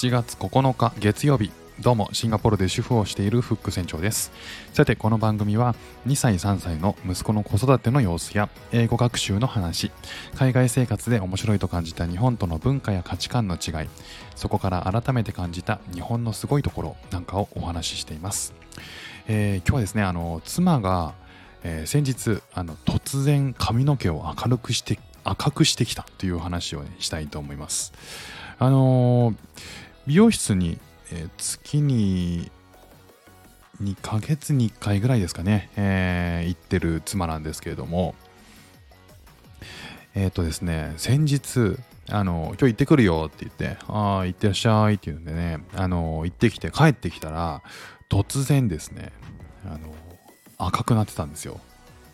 7月9日月曜日、どうもシンガポールで主婦をしているフック船長です。さて、この番組は2歳3歳の息子の子育ての様子や英語学習の話、海外生活で面白いと感じた日本との文化や価値観の違い、そこから改めて感じた日本のすごいところなんかをお話ししています。今日はですね、妻が、先日突然髪の毛を赤くしてきたという話を、したいと思います。美容室に、月に2ヶ月に1回ぐらいですかね、行ってる妻なんですけれども、ですね、先日今日行ってくるよって言って、行ってらっしゃいって言うんでね、行ってきて帰ってきたら突然ですね、赤くなってたんですよ。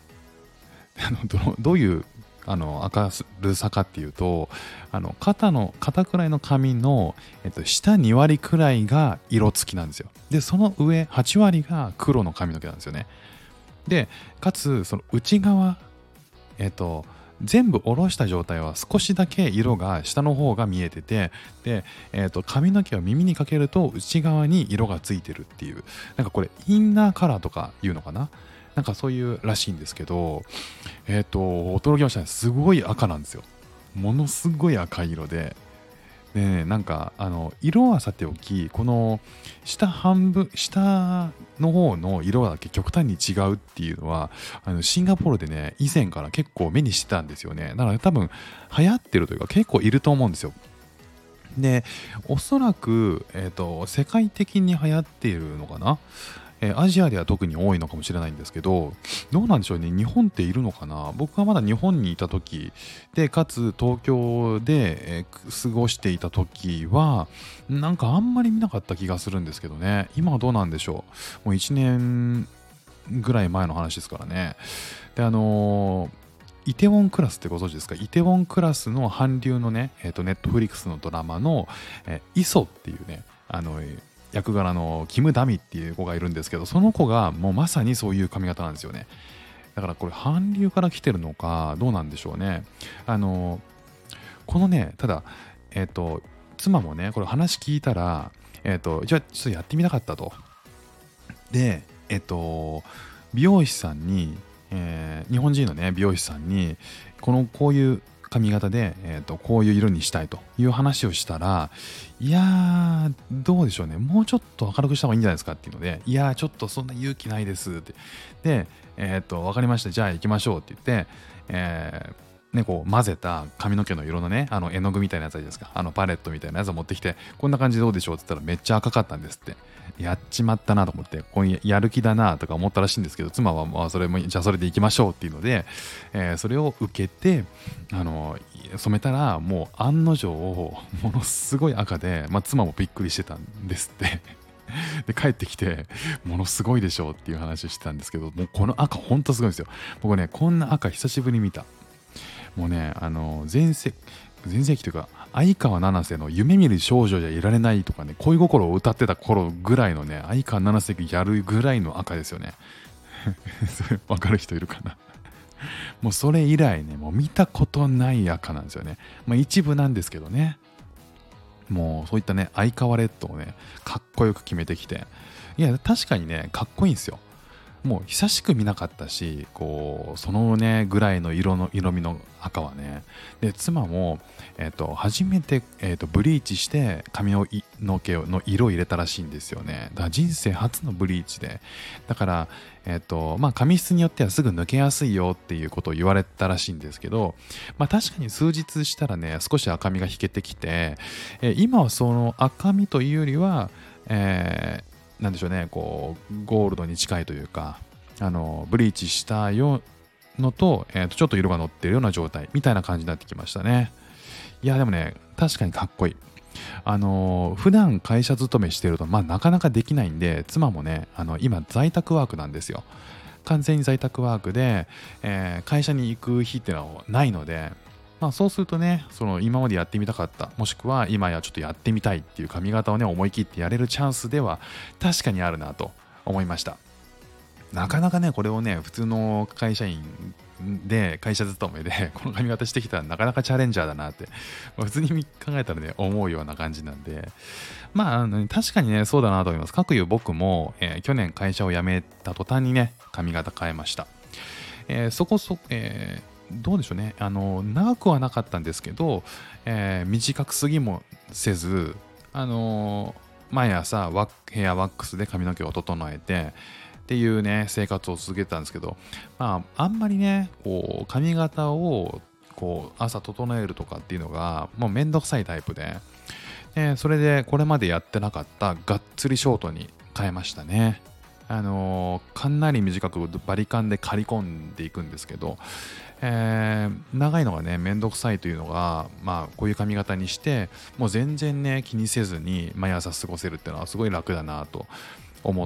どういう赤るさかっていうと、肩くらいの髪の、下2割くらいが色付きなんですよ。でその上8割が黒の髪の毛なんですよね。でかつその内側、全部下ろした状態は少しだけ色が下の方が見えてて、で、髪の毛を耳にかけると内側に色がついてるっていう、なんかこれインナーカラーとかいうのかな、なんかそういうらしいんですけど、驚きましたね。すごい赤なんですよ。ものすごい赤い色で、ね、なんか色はさておき、この下の方の色だけ極端に違うっていうのは、シンガポールでね、以前から結構目にしてたんですよね。だから多分流行ってるというか結構いると思うんですよ。でおそらく、世界的に流行っているのかな。アジアでは特に多いのかもしれないんですけど、どうなんでしょうね。日本っているのかな。僕がまだ日本にいた時で、かつ東京で、過ごしていた時はなんかあんまり見なかった気がするんですけどね。今はどうなんでしょう。もう1年ぐらい前の話ですからね。でイテウォンクラスってご存知ですか？イテウォンクラスの韓流のね、ネットフリックスのドラマの、イソっていうね、役柄のキム・ダミっていう子がいるんですけど、その子がもうまさにそういう髪型なんですよね。だからこれ韓流から来てるのかどうなんでしょうね。このね、ただ妻もねこれ話聞いたら、じゃあちょっとやってみたかったと。で美容師さんに、日本人のね美容師さんにこういう髪型で、こういう色にしたいという話をしたら、いやーどうでしょうね、もうちょっと明るくした方がいいんじゃないですかっていうので、いやーちょっとそんな勇気ないですって。でわかりました、じゃあ行きましょうって言って、ね、こう混ぜた髪の毛の色のね、絵の具みたいなやつあるじゃないですか、パレットみたいなやつを持ってきて、こんな感じでどうでしょうって言ったらめっちゃ赤かったんですって。やっちまったなと思って、こうやる気だなとか思ったらしいんですけど、妻はまあそれもじゃあそれで行きましょうっていうので、それを受けて染めたら、もう案の定ものすごい赤で、まあ、妻もびっくりしてたんですってで帰ってきて、ものすごいでしょうっていう話をしてたんですけど、もうこの赤ほんとすごいんですよ。僕ね、こんな赤久しぶりに見た。もうね、全盛期というか、相川七瀬の夢見る少女じゃいられないとかね、恋心を歌ってた頃ぐらいのね、相川七瀬がやるぐらいの赤ですよね。それ分かる人いるかな。もうそれ以来ね、もう見たことない赤なんですよね。まあ一部なんですけどね。もうそういったね、相川レッドをね、かっこよく決めてきて。いや、確かにね、かっこいいんですよ。もう久しく見なかったし、こうそのねぐらいの色味の赤はね。で妻も、初めて、ブリーチして髪の毛の色を入れたらしいんですよね。だから人生初のブリーチで、だからまあ髪質によってはすぐ抜けやすいよっていうことを言われたらしいんですけど、まあ確かに数日したらね少し赤みが引けてきて、今はその赤みというよりは、なんでしょうね、こうゴールドに近いというか、ブリーチしたよのと、ちょっと色が乗ってるような状態みたいな感じになってきましたね。いやでもね、確かにかっこいい。普段会社勤めしてると、まあなかなかできないんで、妻もね今在宅ワークなんですよ。完全に在宅ワークで、会社に行く日っていうのはないので、まあ、そうするとね、その今までやってみたかった、もしくは今やちょっとやってみたいっていう髪型をね思い切ってやれるチャンスでは確かにあるなと思いました。 なかなかね、これをね、普通の会社員で、会社勤めで、この髪型してきたらなかなかチャレンジャーだなって、普通に考えたらね、思うような感じなんで、確かにね、そうだなと思います。かくいう僕も、去年会社を辞めた途端にね、髪型変えました。そこそ、どうでしょうね、長くはなかったんですけど、短くすぎもせず、毎朝ヘアワックスで髪の毛を整えてっていうね、生活を続けてたんですけど、あんまりね、こう、髪型を、こう、朝整えるとかっていうのが、もうめんどくさいタイプで、それでこれまでやってなかったがっつりショートに変えましたね。かなり短くバリカンで刈り込んでいくんですけど、長いのがね、めんどくさいというのが、こういう髪型にして、もう全然ね、気にせずに毎朝過ごせるっていうのはすごい楽だなと思って、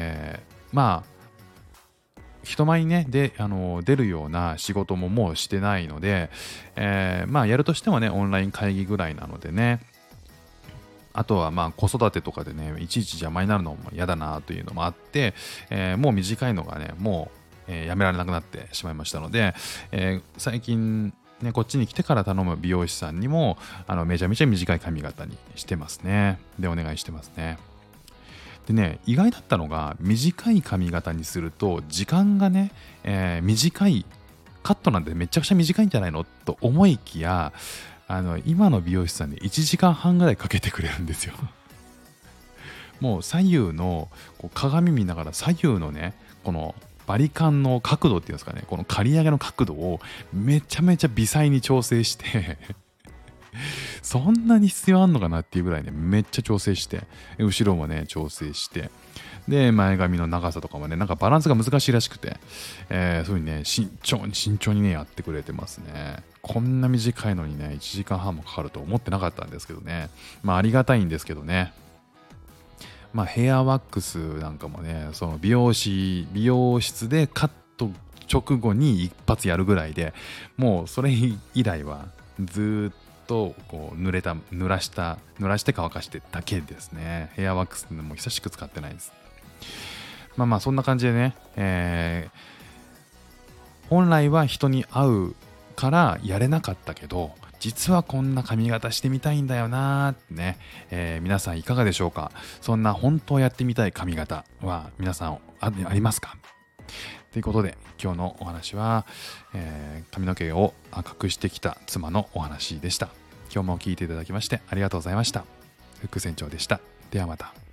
人前にね、出るような仕事ももうしてないので、やるとしてもね、オンライン会議ぐらいなのでね、あとは子育てとかでね、いちいち邪魔になるのも嫌だなというのもあって、もう短いのがね、もう、やめられなくなってしまいましたので、最近ね、こっちに来てから頼む美容師さんにも、めちゃめちゃ短い髪型にしてますね。で、お願いしてますね。でね、意外だったのが、短い髪型にすると、時間がね、短い、カットなんてめちゃくちゃ短いんじゃないのと思いきや、今の美容師さんで1時間半ぐらいかけてくれるんですよ。もう左右のこう鏡見ながら左右のね、このバリカンの角度っていうんですかね、この刈り上げの角度をめちゃめちゃ微細に調整してそんなに必要あんのかなっていうぐらいね、めっちゃ調整して、後ろもね、調整して、で、前髪の長さとかもね、なんかバランスが難しいらしくて、そういう風にね、慎重にね、やってくれてますね。こんな短いのにね、1時間半もかかると思ってなかったんですけどね。ありがたいんですけどね。ヘアワックスなんかもね、その美容室でカット直後に一発やるぐらいで、もうそれ以来はずーっとこう濡らして乾かしてだけですね。ヘアワックスも久しく使ってないです。そんな感じでね、本来は人に会うからやれなかったけど、実はこんな髪型してみたいんだよなーってね、皆さんいかがでしょうか。そんな本当やってみたい髪型は皆さんありますかということで、今日のお話は、髪の毛を赤くしてきた妻のお話でした。今日も聞いていただきましてありがとうございました。副船長でした。ではまた。